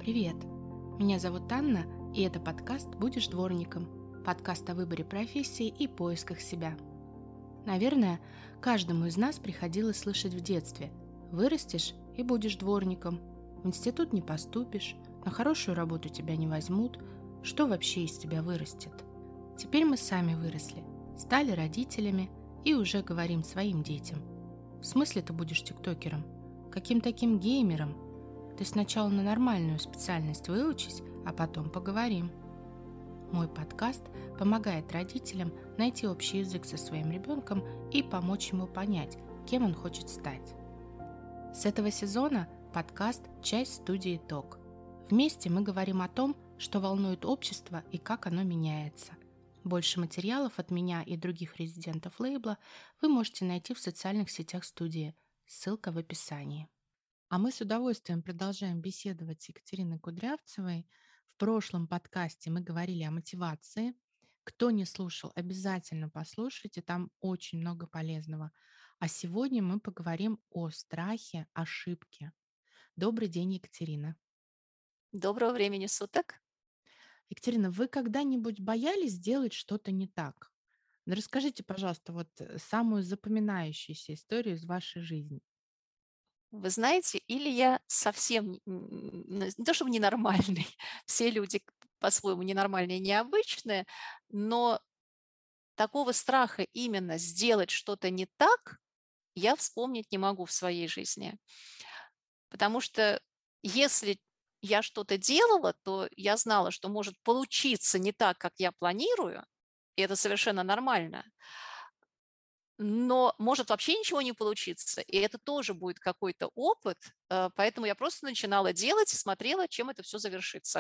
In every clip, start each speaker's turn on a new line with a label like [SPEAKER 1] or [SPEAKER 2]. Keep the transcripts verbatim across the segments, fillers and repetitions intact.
[SPEAKER 1] Привет! Меня зовут Анна, и это подкаст «Будешь дворником», подкаст о выборе профессии и поисках себя. Наверное, каждому из нас приходилось слышать в детстве: вырастешь и будешь дворником, в институт не поступишь, на хорошую работу тебя не возьмут, что вообще из тебя вырастет? Теперь мы сами выросли, стали родителями и уже говорим своим детям: в смысле ты будешь тиктокером? Каким таким геймером? Ты сначала на нормальную специальность выучись, а потом поговорим. Мой подкаст помогает родителям найти общий язык со своим ребенком и помочь ему понять, кем он хочет стать. С этого сезона подкаст – часть студии «Ток». Вместе мы говорим о том, что волнует общество и как оно меняется. Больше материалов от меня и других резидентов лейбла вы можете найти в социальных сетях студии. Ссылка в описании. А мы с удовольствием продолжаем беседовать с Екатериной Кудрявцевой. В прошлом подкасте мы говорили о мотивации. Кто не слушал, обязательно послушайте, там очень много полезного. А сегодня мы поговорим о страхе ошибки. Добрый день, Екатерина.
[SPEAKER 2] Доброго времени суток.
[SPEAKER 1] Екатерина, вы когда-нибудь боялись сделать что-то не так? Расскажите, пожалуйста, вот самую запоминающуюся историю из вашей жизни.
[SPEAKER 2] Вы знаете, или я совсем не, не то чтобы ненормальный, все люди по-своему ненормальные и необычные, но такого страха именно сделать что-то не так я вспомнить не могу в своей жизни. Потому что если я что-то делала, то я знала, что может получиться не так, как я планирую, и это совершенно нормально. Но может вообще ничего не получиться, и это тоже будет какой-то опыт, э, поэтому я просто начинала делать и смотрела, чем это все завершится.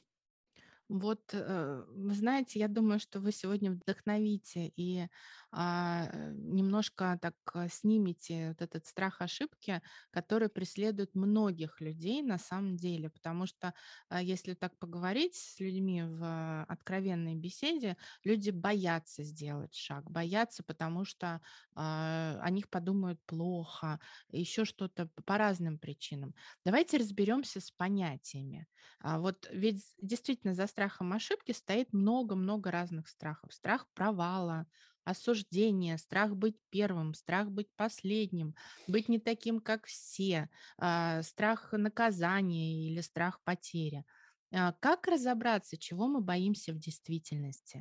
[SPEAKER 1] Вот, э, вы знаете, я думаю, что вы сегодня вдохновите и а, э, немножко так а, снимете вот этот страх ошибки, который преследует многих людей на самом деле. Потому что а, если так поговорить с людьми в откровенной беседе, люди боятся сделать шаг, боятся, потому что а, о них подумают плохо, еще что-то по по разным причинам. Давайте разберемся с понятиями. А вот ведь с действительно за страхом ошибки стоит много-много разных страхов. Страх провала, осуждения, страх быть первым, страх быть последним, быть не таким, как все, а, страх наказания или страх потери. А, как разобраться, чего мы боимся в действительности?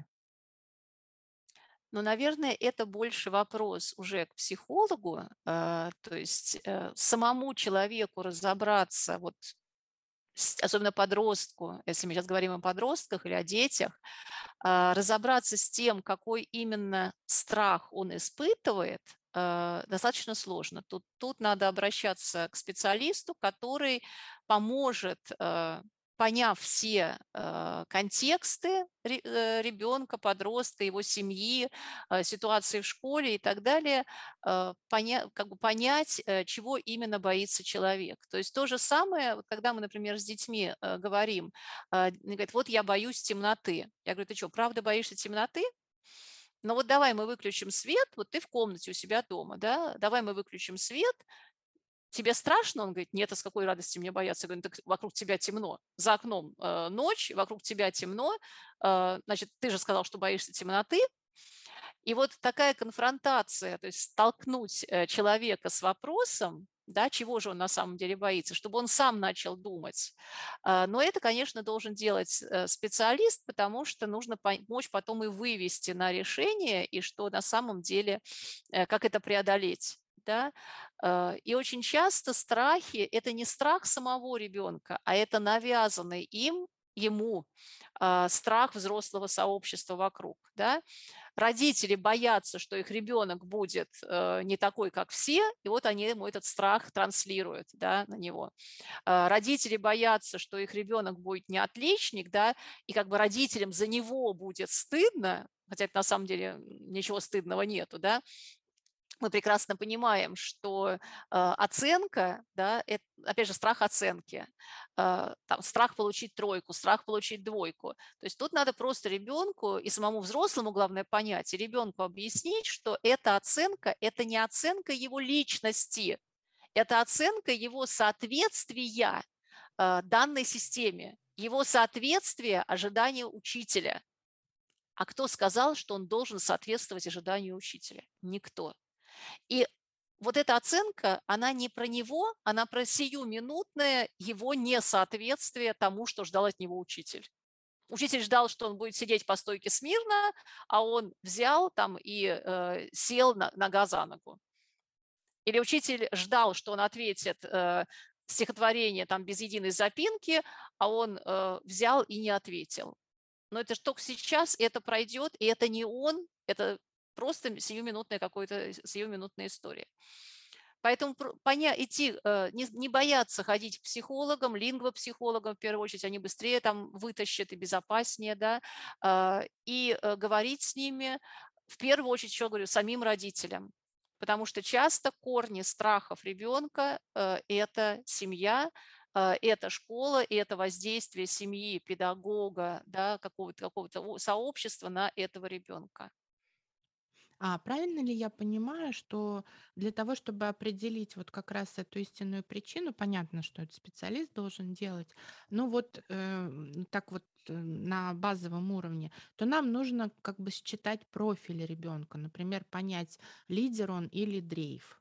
[SPEAKER 2] Но, наверное, это больше вопрос уже к психологу, э, то есть, э, самому человеку разобраться, вот с особенно подростку, если мы сейчас говорим о подростках или о детях, а, разобраться с тем, какой именно страх он испытывает, э, достаточно сложно. Тут, тут надо обращаться к специалисту, который поможет, э, поняв все э, контексты ре- э, ребенка, подростка, его семьи, э, ситуации в школе и так далее, э, поня- как бы понять, э, чего именно боится человек. То есть то же самое, вот когда мы, например, с детьми э, говорим, а, они говорят: "Вот я боюсь темноты". Я говорю: "Ты что, правда боишься темноты? Ну вот давай мы выключим свет, вот ты в комнате у себя дома, да, давай мы выключим свет. Тебе страшно?" Он говорит: "Нет, а с какой радости мне бояться?" Я говорю: "Ну так вокруг тебя темно, за окном, э, ночь, вокруг тебя темно, э, значит, ты же сказал, что боишься темноты". И вот такая конфронтация, то есть столкнуть, э, человека с вопросом, да, чего же он на самом деле боится, чтобы он сам начал думать. А, но это, конечно, должен делать, э, специалист, потому что нужно помочь потом и вывести на решение, и что на самом деле, э, как это преодолеть, да. Э, и очень часто страхи – это не страх самого ребенка, а это навязанный им ему, а, страх взрослого сообщества вокруг, да. Родители боятся, что их ребенок будет э, не такой, как все, и вот они ему этот страх транслируют, да, на него. А, Родители боятся, что их ребенок будет не отличник, да, и как бы родителям за него будет стыдно, хотя это на самом деле ничего стыдного нету, да. Мы прекрасно понимаем, что э, оценка, да, это, опять же, страх оценки, э, там, страх получить тройку, страх получить двойку. То есть тут надо просто ребенку и самому взрослому, главное, понять, и ребенку объяснить, что эта оценка – это не оценка его личности, это оценка его соответствия э, данной системе, его соответствие ожиданию учителя. А кто сказал, что он должен соответствовать ожиданию учителя? Никто. И вот эта оценка, она не про него, она про сиюминутное его несоответствие тому, что ждал от него учитель. Учитель ждал, что он будет сидеть по стойке смирно, а он взял там и э, сел на, нога за ногу. Или учитель ждал, что он ответит э, стихотворение там без единой запинки, а он э, взял и не ответил. Но это же только сейчас, и это пройдет, и это не он, это просто сиюминутная какая-то сиюминутная история. Поэтому поня- идти, э, не, не бояться ходить к психологам, лингвопсихологам в первую очередь, они быстрее там вытащат и безопаснее, да, а, и э, говорить с ними, в первую очередь, еще говорю, самим родителям. Потому что часто корни страхов ребенка э, – это семья, э, это школа, и это воздействие семьи, педагога, да, какого-то, какого-то сообщества на этого ребенка.
[SPEAKER 1] А правильно ли я понимаю, что для того, чтобы определить вот как раз эту истинную причину, понятно, что это специалист должен делать, но вот э, м, так вот э, на базовом уровне, то нам нужно как бы считать профиль ребенка, например, понять, лидер он или дрейф.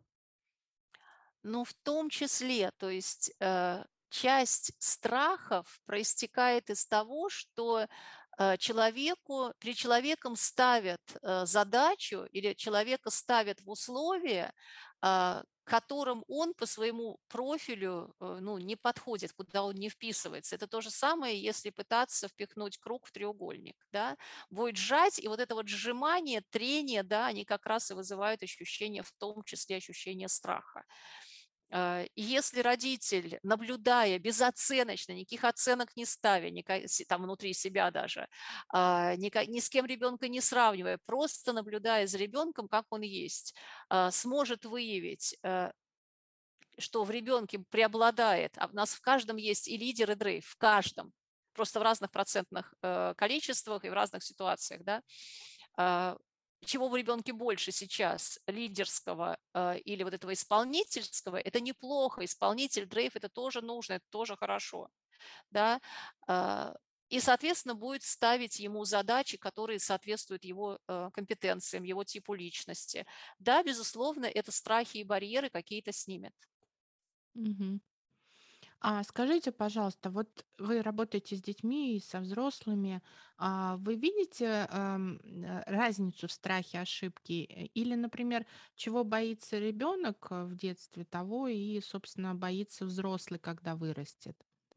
[SPEAKER 2] Ну, в том числе, то есть э, часть страхов проистекает из того, что э, человеку, перед человеком ставят э, задачу или человека ставят в условия, а, к которым он по своему профилю э, ну, не подходит, куда он не вписывается. Это то же самое, если пытаться впихнуть круг в треугольник. Да? Будет сжать, и вот это вот сжимание, трение, да, они как раз и вызывают ощущение, в том числе ощущение страха. Э, И если родитель, наблюдая безоценочно, никаких оценок не ставя, ника- си- там внутри себя даже, а, ника- ни с кем ребенка не сравнивая, просто наблюдая за ребенком, как он есть, а, сможет выявить, э, что в ребенке преобладает, а у нас в каждом есть и лидер, и дрейф, в каждом, просто в разных процентных э, количествах и в разных ситуациях, да, а, чего в ребенке больше сейчас, лидерского э, или вот этого исполнительского, это неплохо, исполнитель, дрейф, это тоже нужно, это тоже хорошо, да, а, и, соответственно, будет ставить ему задачи, которые соответствуют его э, компетенциям, его типу личности. Да, безусловно, это страхи и барьеры какие-то снимет.
[SPEAKER 1] Мгм. А скажите, пожалуйста, вот вы работаете с детьми и со взрослыми, а вы видите ам, э, разницу в страхе ошибки? Э, Или, например, чего боится ребенок э, в детстве, того и, собственно, боится взрослый, когда вырастет?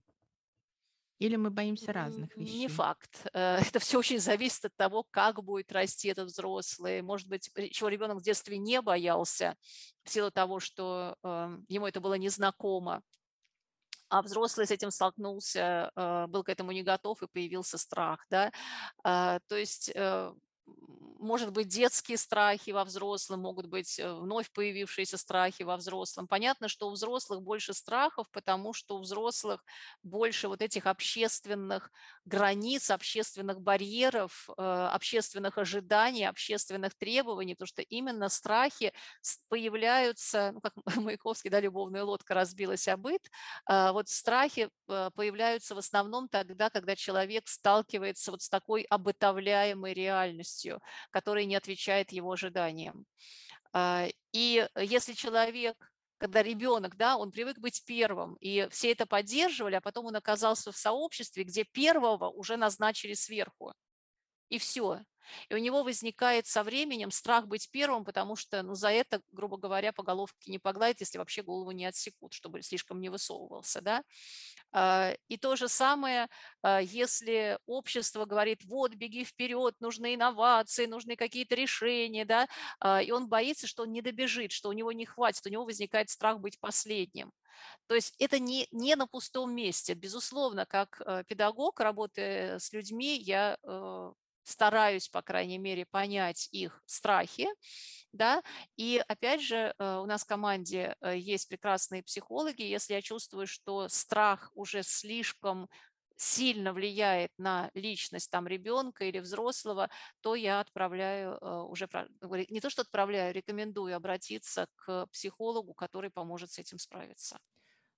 [SPEAKER 1] Или мы боимся
[SPEAKER 2] М,
[SPEAKER 1] разных
[SPEAKER 2] Не
[SPEAKER 1] вещей?
[SPEAKER 2] факт. Э, Это все очень зависит от того, как будет расти этот взрослый. Может быть, р- чего ребенок в детстве не боялся, в силу того, что эм, ему это было незнакомо, а взрослый с этим столкнулся, э, был к этому не готов и появился страх, да. А, То есть, э, м, может быть, детские страхи во взрослом, могут быть э, вновь появившиеся страхи во взрослом. Понятно, что у взрослых больше страхов, потому что у взрослых больше вот этих общественных границ, общественных барьеров, э, общественных ожиданий, общественных требований, потому что именно страхи с- появляются, ну, как Маяковский, да, любовная лодка разбилась о быт, а, вот страхи э, появляются в основном тогда, когда человек сталкивается вот с такой обытовляемой реальностью, которая не отвечает его ожиданиям. А, И если человек, когда ребенок, да, он привык быть первым, и все это поддерживали, а потом он оказался в сообществе, где первого уже назначили сверху, и все. И у него возникает со временем страх быть первым, потому что, ну, за это, грубо говоря, по головке не погладят, если вообще голову не отсекут, чтобы слишком не высовывался, да. А, И то же самое, а, если общество говорит: вот, беги вперед, нужны инновации, нужны какие-то решения, да, а, и он боится, что он не добежит, что у него не хватит, у него возникает страх быть последним. То есть это не, не на пустом месте. Безусловно, как э, педагог, работая с людьми, я э, стараюсь, по крайней мере, понять их страхи, да, и опять же, э, у нас в команде э, есть прекрасные психологи, если я чувствую, что страх уже слишком сильно влияет на личность там ребенка или взрослого, то я отправляю э, уже, про- говорю, не то что отправляю, рекомендую обратиться к психологу, который поможет с этим справиться.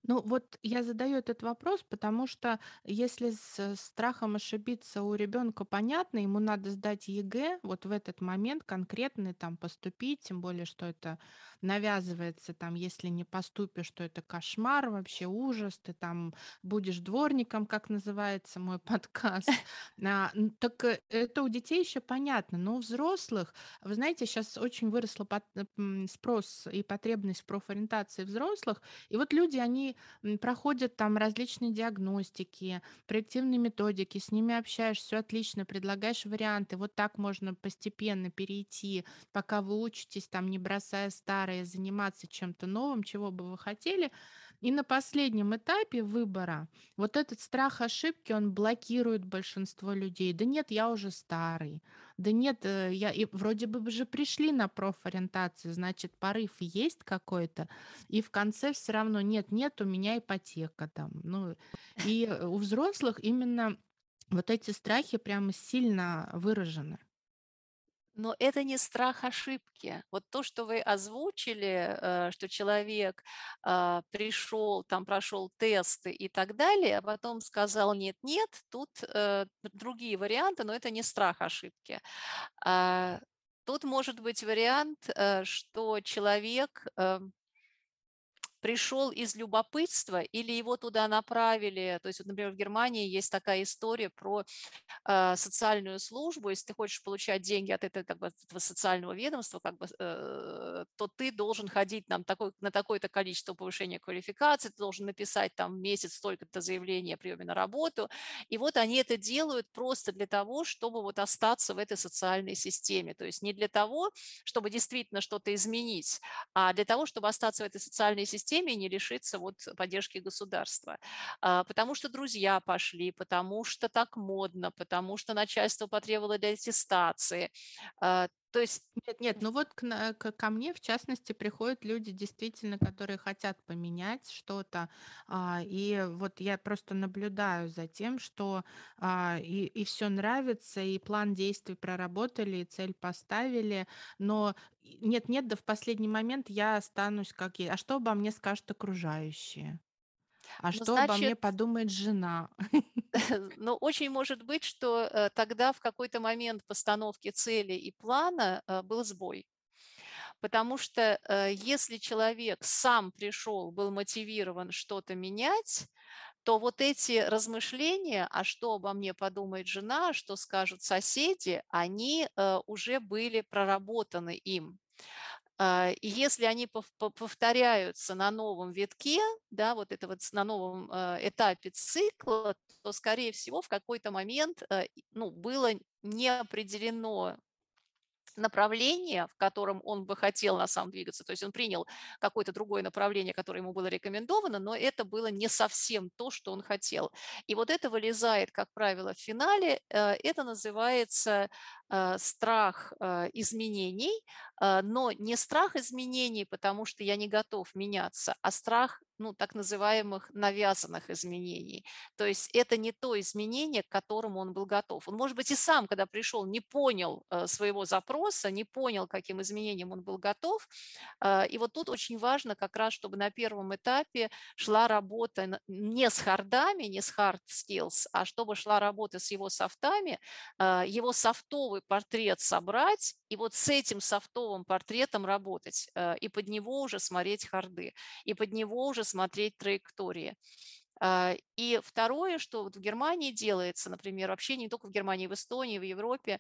[SPEAKER 1] Ну, вот я задаю этот вопрос, потому что если с страхом ошибиться у ребенка понятно, ему надо сдать ЕГЭ, вот в этот момент конкретный там поступить, тем более, что это навязывается, там, если не поступишь, то это кошмар, вообще ужас, ты там будешь дворником, как называется мой подкаст. А, н- так э, это у детей еще понятно, но у взрослых, вы знаете, сейчас очень выросла пот- м, спрос и потребность в профориентации взрослых, и вот люди, они м, проходят там различные диагностики, проективные методики, с ними общаешься, все отлично, предлагаешь варианты. Вот так можно постепенно перейти, пока вы учитесь, там, не бросая старое, заниматься чем-то новым, чего бы вы хотели. И на последнем этапе выбора вот этот страх ошибки, он блокирует большинство людей. Да нет, я уже старый. Да нет, э, я и вроде бы уже пришли на профориентацию, значит, порыв есть какой-то, и в конце все равно: "Нет, нет, у меня ипотека там". Ну, и, э, у взрослых именно вот эти страхи прямо сильно выражены.
[SPEAKER 2] Но это не страх ошибки. Вот то, что вы озвучили, э, что человек, а, пришел, там прошел тесты и так далее, а потом сказал: "Нет-нет", тут, э, другие варианты, но это не страх ошибки. А, Тут может быть вариант, э, что человек, э пришел из любопытства или его туда направили. То есть вот, например, в Германии есть такая история про а, социальную службу. Если ты хочешь получать деньги от этого, как бы, от этого социального ведомства, как бы, э, то ты должен ходить нам такой, на такое-то количество повышения квалификации, ты должен написать там в месяц столько-то заявлений о приеме на работу. И вот они это делают просто для того, чтобы вот остаться в этой социальной системе. То есть не для того, чтобы действительно что-то изменить, а для того, чтобы остаться в этой социальной системе и не лишиться вот поддержки государства. А, потому что друзья пошли, потому что так модно, потому что начальство потребовало для аттестации. А, То есть
[SPEAKER 1] Нет, нет,
[SPEAKER 2] в
[SPEAKER 1] ну вот к на к ко мне, в частности, приходят люди, действительно, которые хотят поменять что-то. А, и вот я просто наблюдаю за тем, что, а, и и всё нравится, и план действий проработали, и цель поставили, но и нет-нет, да в последний момент я останусь как я. А что обо мне скажут окружающие? А
[SPEAKER 2] ну,
[SPEAKER 1] что обо мне
[SPEAKER 2] значит,
[SPEAKER 1] подумает жена?
[SPEAKER 2] но очень может быть, что, э, тогда в какой-то момент постановки цели и плана, э, был сбой. Потому что, э, если человек сам пришел, был мотивирован что-то менять, то вот эти размышления: "А что обо мне подумает жена, что скажут соседи?" Они, э, уже были проработаны им. А, и если они пов по повторяются на новом витке, да, вот это вот с на новом, э, этапе цикла, то, скорее всего, в какой-то момент, э, и ну, было не определено направление, в котором он бы хотел на самом двигаться. То есть он принял какое-то другое направление, которое ему было рекомендовано, но это было не совсем то, что он хотел. И вот это вылезает, как правило, в финале. Э, Это называется э, страх э, изменений, э, но не страх изменений, потому что я не готов меняться, а страх, ну, так называемых навязанных изменений. То есть это не то изменение, к которому он был готов. Он, может быть, и сам, когда пришел, не понял э, своего запроса, не понял, к каким изменениям он был готов. А, И вот тут очень важно как раз, чтобы на первом этапе шла работа на- не с хардами, не с hard skills, а чтобы шла работа с его софтами, а, его софтовый портрет собрать, и вот с этим софтовым портретом работать, э, и под него уже смотреть харды, и под него уже смотреть траектории. А, И второе, что вот в Германии делается, например, вообще не только в Германии, в Эстонии, в Европе,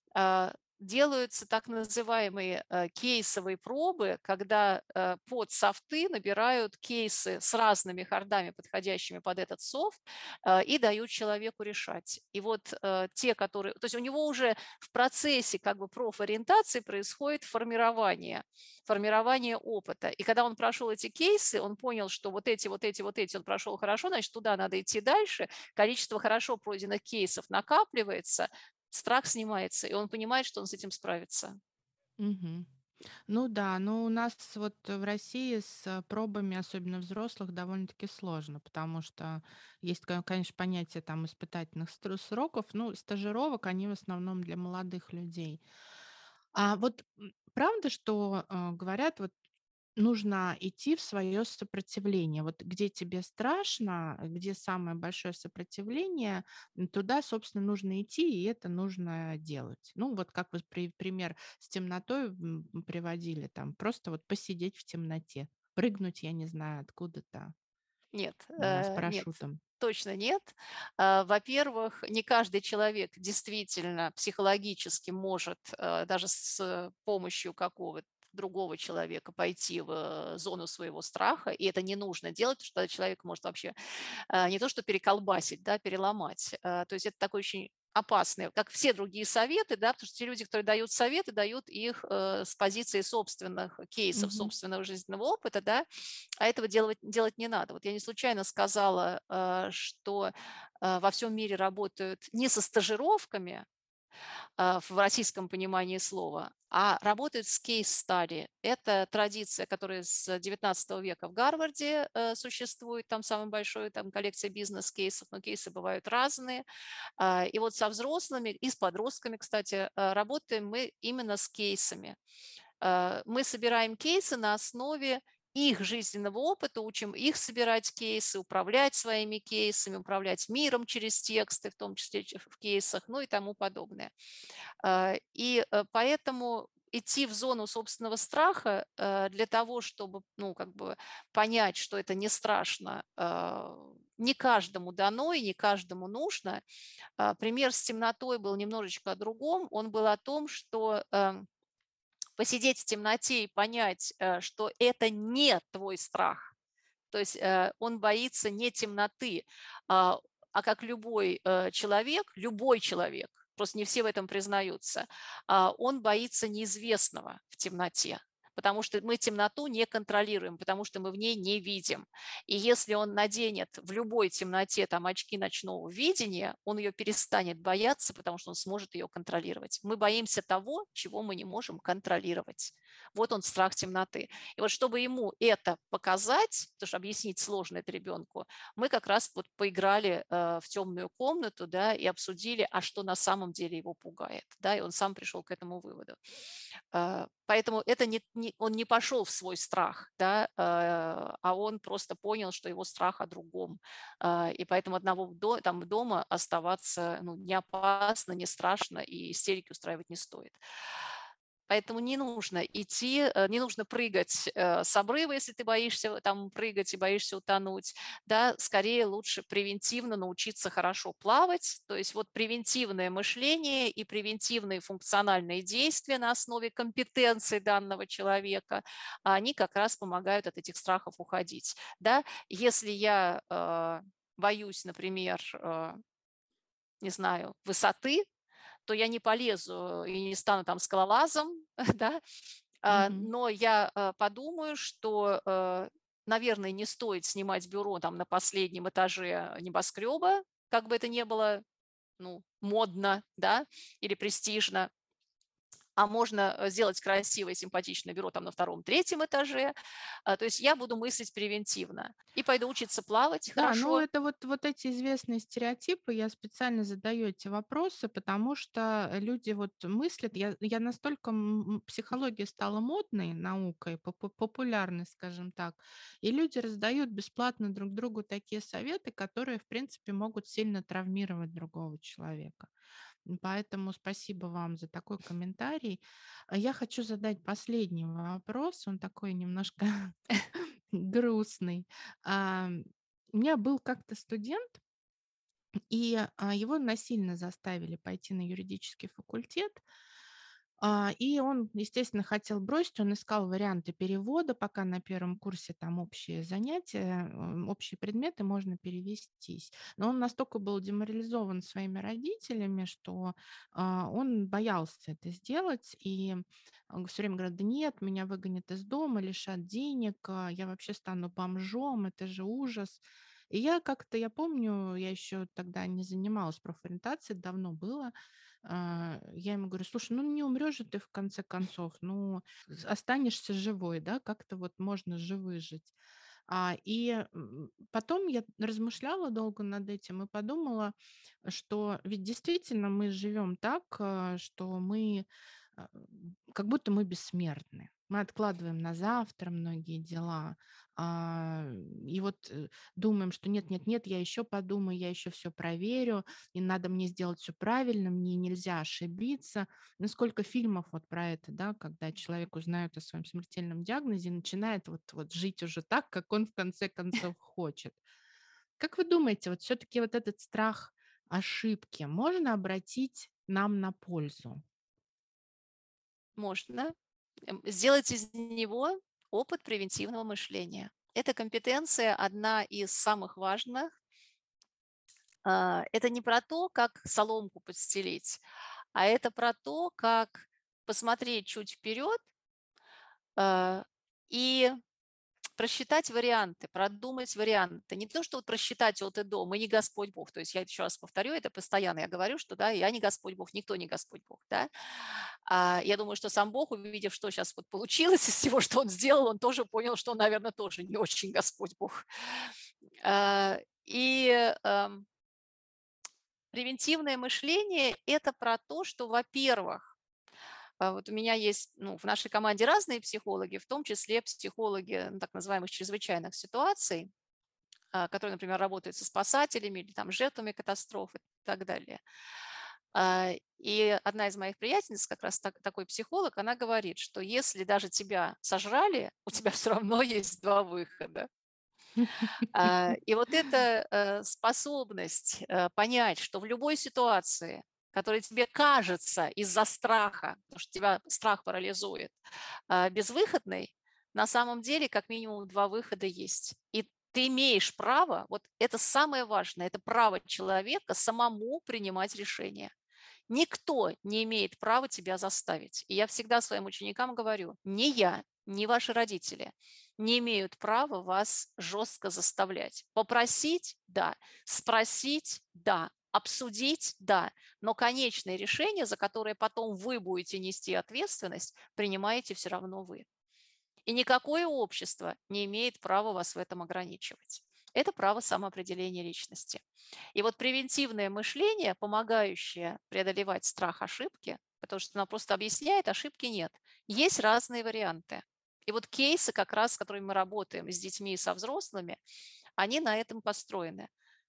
[SPEAKER 2] а, делаются так называемые э, кейсовые пробы, когда э, под софты набирают кейсы с разными хардами, подходящими под этот софт, э, и дают человеку решать. И вот э, те, которые... То есть у него уже в процессе как бы профориентации происходит формирование, формирование опыта. И когда он прошел эти кейсы, он понял, что вот эти, вот эти, вот эти он прошел хорошо, значит, туда надо идти дальше. Количество хорошо пройденных кейсов накапливается, страх снимается, и он понимает, что он с этим справится.
[SPEAKER 1] Мгм. Ну да, но у нас вот в России с э, пробами, особенно взрослых, довольно-таки сложно, потому что есть, ка- конечно, понятие там испытательных стру- сроков, ну, стажировок, они в основном для молодых людей. А вот м, правда, что э, говорят, вот нужно идти в свое сопротивление. Вот где тебе страшно, где самое большое сопротивление, м, туда, собственно, нужно идти, и это нужно делать. Ну, вот как вы при пример с темнотой, м, приводили, там просто вот посидеть в темноте, прыгнуть, я не знаю, откуда-то,
[SPEAKER 2] Нет,
[SPEAKER 1] а, с
[SPEAKER 2] э, нет,
[SPEAKER 1] парашютом.
[SPEAKER 2] точно нет. А, во-первых, не каждый человек действительно психологически может, э, даже с помощью какого-то другого человека пойти в, э, зону своего страха, и это не нужно делать, потому что тогда человек может вообще, э, не то что переколбасить, да, переломать. Э, то есть это такой очень опасный, как все другие советы, да, потому что те люди, которые дают советы, дают их, э, с позиции собственных кейсов,
[SPEAKER 1] Мгм.
[SPEAKER 2] собственного жизненного опыта, да, а этого делать делать не надо. Вот я не случайно сказала, э, что, э, во всем мире работают не со стажировками, а, в российском понимании слова, а работают с кейс-стади. Это традиция, которая с девятнадцатого века в Гарварде э, существует, там самая большая там, коллекция бизнес-кейсов, но кейсы бывают разные. А, И вот со взрослыми и с подростками, кстати, э, работаем мы именно с кейсами. Э, Мы собираем кейсы на основе их жизненного опыта, учим их собирать кейсы, управлять своими кейсами, управлять миром через тексты, в том числе ч- в кейсах, ну и тому подобное. А, И э, поэтому идти в зону собственного страха э, для того, чтобы, ну, как бы понять, что это не страшно, а, не каждому дано и не каждому нужно. А, Пример с темнотой был немножечко о другом. Он был о том, что эм, посидеть в темноте и понять, э, что это не твой страх. То есть э, он боится не темноты, а, а как любой э, человек, любой человек, просто не все в этом признаются, а, он боится неизвестного в темноте. Потому что мы темноту не контролируем, потому что мы в ней не видим. И если он наденет в любой темноте там очки ночного видения, он ее перестанет бояться, потому что он сможет ее контролировать. Мы боимся того, чего мы не можем контролировать. Вот он страх темноты. И вот чтобы ему это показать, потому что объяснить сложно это ребенку, мы как раз вот поиграли э, в темную комнату, да, и обсудили, а что на самом деле его пугает, да, и он сам пришел к этому выводу. Э, Поэтому это не, не, он не пошел в свой страх, да, э, а он просто понял, что его страх о другом. Э, И поэтому одного до, там дома оставаться ну, не опасно, не страшно, и истерики устраивать не стоит. Поэтому не нужно идти, э, не нужно прыгать э, с обрыва, если ты боишься там прыгать и боишься утонуть. Да, скорее лучше превентивно научиться хорошо плавать. То есть вот превентивное мышление и превентивные функциональные действия на основе компетенции данного человека, они как раз помогают от этих страхов уходить. Да? Если я э, боюсь, например, э, не знаю, высоты, то я не полезу и не стану там скалолазом, да, а,
[SPEAKER 1] Мгм.
[SPEAKER 2] но я а, подумаю, что, э, наверное, не стоит снимать бюро там на последнем этаже небоскреба, как бы это ни было, ну, модно, да, или престижно, а можно э, сделать красивое, симпатичное бюро там на втором, третьем этаже. А, То есть я буду мыслить превентивно и пойду учиться плавать
[SPEAKER 1] Да, ну
[SPEAKER 2] хорошо.
[SPEAKER 1] это вот, вот эти известные стереотипы, я специально задаю эти вопросы, потому что люди вот мыслят, я, я настолько, м, м, психология стала модной наукой, попу- популярной, скажем так, и люди раздают бесплатно друг другу такие советы, которые, в принципе, могут сильно травмировать другого человека. М, Поэтому спасибо вам за такой комментарий. А Я хочу задать последний вопрос, он такой немножко грустный. Ам, У меня был как-то студент, и а, его насильно заставили пойти на юридический факультет. А, И он, естественно, хотел бросить, он искал варианты перевода, пока на первом курсе там общие занятия, м, общие предметы можно перевестись. Но он настолько был деморализован своими родителями, что а, он боялся это сделать, и все время говорит, да нет, меня выгонят из дома, лишат денег, а, я вообще стану бомжом, это же ужас. И я как-то, я помню, я еще тогда не занималась профориентацией, давно было, а, я ему говорю: "Слушай, ну не умрёшь же ты в конце концов, ну з останешься живой, да, как-то вот можно же выжить". А, и, м, потом я размышляла долго над этим и подумала, что ведь действительно мы живем так, а, что мы а, как будто мы бессмертны. Мы откладываем на завтра многие дела, а, и вот э, думаем, что нет-нет-нет, я еще подумаю, я еще все проверю, и надо мне сделать все правильно, мне нельзя ошибиться. Ну, сколько фильмов вот про это, да, когда человек узнает о своем смертельном диагнозе и начинает вот, вот жить уже так, как он в конце концов хочет. Как вы думаете, вот все-таки вот этот страх ошибки можно обратить нам на пользу?
[SPEAKER 2] Можно эм, сделать из него опыт превентивного мышления. Эта компетенция одна из самых важных. А, Это не про то, как соломку подстелить, а это про то, как посмотреть чуть вперед а, и просчитать варианты, продумать варианты. Не то, что вот просчитать от и до, мы не Господь Бог. То есть я еще раз повторю, это постоянно я говорю, что да, я не Господь Бог, никто не Господь Бог. Да? А я думаю, что сам Бог, увидев, что сейчас вот получилось из всего, что он сделал, он тоже понял, что он, наверное, тоже не очень Господь Бог. А, И эм, превентивное мышление – это про то, что, во-первых, а, вот у меня есть, ну, в нашей команде разные психологи, в том числе психологи ну, так называемых чрезвычайных ситуаций, а, которые, например, работают со спасателями или там жертвами катастроф и так далее. А, И одна из моих приятельниц, как раз так- такой психолог, она говорит, что если даже тебя сожрали, у тебя все равно есть два выхода. А, И вот эта э, способность э, понять, что в любой ситуации, которая тебе кажется из-за страха, потому что тебя страх парализует, а, безвыходной, на самом деле как минимум два выхода есть. И ты имеешь право, вот это самое важное, это право человека самому принимать решения. Никто не имеет права тебя заставить. И я всегда своим ученикам говорю, ни я, ни ваши родители не имеют права вас жестко заставлять. Попросить – да, спросить – да, обсудить – да, но конечное решение, за которое потом вы будете нести ответственность, принимаете все равно вы. И никакое общество не имеет права вас в этом ограничивать. Это право самоопределения личности. И вот превентивное мышление, помогающее преодолевать страх ошибки, потому что оно просто объясняет, ошибки нет. Есть разные варианты. И вот кейсы, как раз, с которыми мы работаем с детьми и со взрослыми, они на этом построены.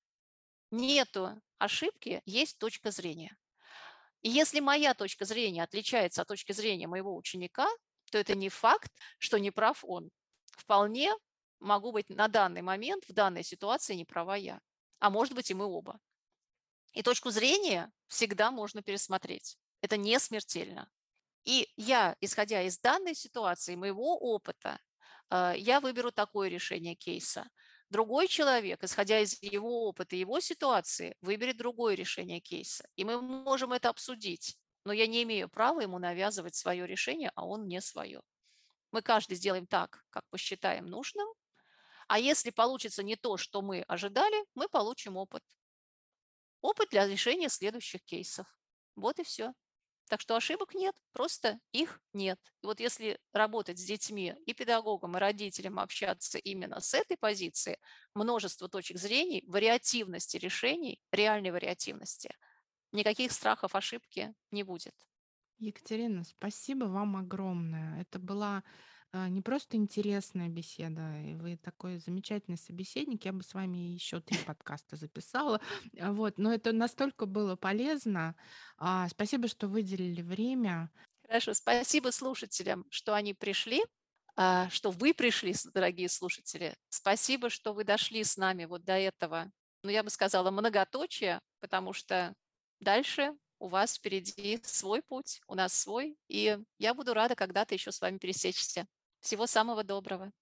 [SPEAKER 2] Нету ошибки, есть точка зрения. И если моя точка зрения отличается от точки зрения моего ученика, то это не факт, что не прав он. Вполне могу быть на данный момент, в данной ситуации не права я. А может быть и мы оба. И точку зрения всегда можно пересмотреть. Это не смертельно. И я, исходя из данной ситуации, моего опыта, э, я выберу такое решение кейса. Другой человек, исходя из его опыта, его ситуации, выберет другое решение кейса. И мы можем это обсудить. Но я не имею права ему навязывать свое решение, а он мне свое. Мы каждый сделаем так, как посчитаем нужным. А если получится не то, что мы ожидали, мы получим опыт. Опыт для решения следующих кейсов. Вот и все. Так что ошибок нет, просто их нет. И вот если работать с детьми и педагогом, и родителям общаться именно с этой позиции, множество точек зрения, вариативности решений, реальной вариативности, никаких страхов ошибки не будет.
[SPEAKER 1] Екатерина, спасибо вам огромное. Это была э, не просто интересная беседа, и вы такой замечательный собеседник. Я бы с вами еще три подкаста записала. А Вот, но это настолько было полезно. А, Спасибо, что выделили время.
[SPEAKER 2] Хорошо, спасибо слушателям, что они пришли, а, что вы пришли, с- дорогие слушатели. Спасибо, что вы дошли с нами вот до этого, ну, я бы сказала, многоточия, потому что дальше у вас впереди свой путь, у нас свой, и я буду рада когда-то еще с вами пересечься. Всего самого доброго.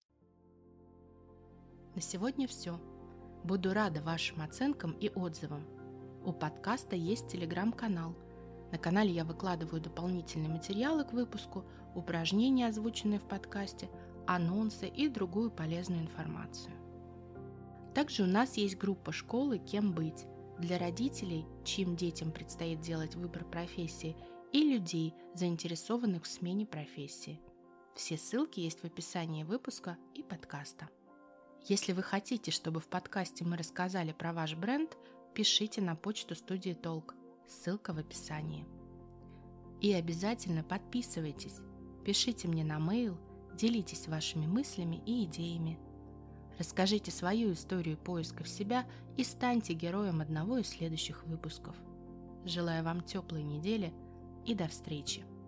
[SPEAKER 1] На сегодня все. Буду рада вашим оценкам и отзывам. У подкаста есть телеграм-канал. На канале я выкладываю дополнительные материалы к выпуску, упражнения, озвученные в подкасте, анонсы и другую полезную информацию. Также у нас есть группа школы «Кем быть» для родителей, чьим детям предстоит делать выбор профессии, и людей, заинтересованных в смене профессии. Все ссылки есть в описании выпуска и подкаста. Если вы хотите, чтобы в подкасте мы рассказали про ваш бренд, пишите на почту студии Толк. Ссылка в описании. И обязательно подписывайтесь, пишите мне на mail, делитесь вашими мыслями и идеями. Расскажите свою историю поисков себя и станьте героем одного из следующих выпусков. Желаю вам теплой недели и до встречи!